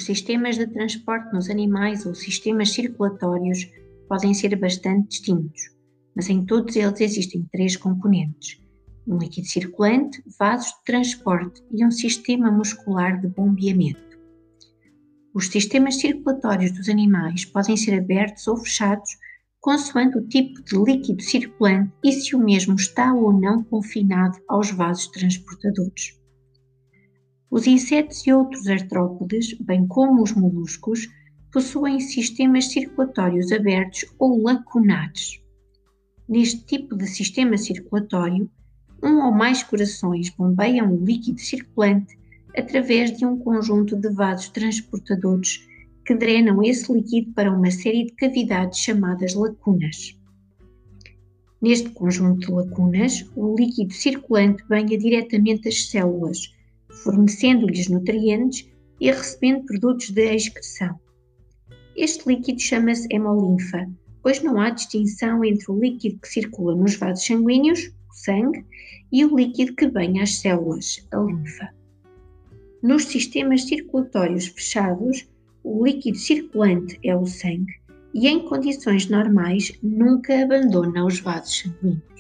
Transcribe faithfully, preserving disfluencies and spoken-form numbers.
Os sistemas de transporte nos animais ou sistemas circulatórios podem ser bastante distintos, mas em todos eles existem três componentes: um líquido circulante, vasos de transporte e um sistema muscular de bombeamento. Os sistemas circulatórios dos animais podem ser abertos ou fechados consoante o tipo de líquido circulante e se o mesmo está ou não confinado aos vasos transportadores. Os insetos e outros artrópodes, bem como os moluscos, possuem sistemas circulatórios abertos ou lacunares. Neste tipo de sistema circulatório, um ou mais corações bombeiam o líquido circulante através de um conjunto de vasos transportadores que drenam esse líquido para uma série de cavidades chamadas lacunas. Neste conjunto de lacunas, o líquido circulante banha diretamente as células, fornecendo-lhes nutrientes e recebendo produtos de excreção. Este líquido chama-se hemolinfa, pois não há distinção entre o líquido que circula nos vasos sanguíneos, o sangue, e o líquido que banha as células, a linfa. Nos sistemas circulatórios fechados, o líquido circulante é o sangue e, em condições normais, nunca abandona os vasos sanguíneos.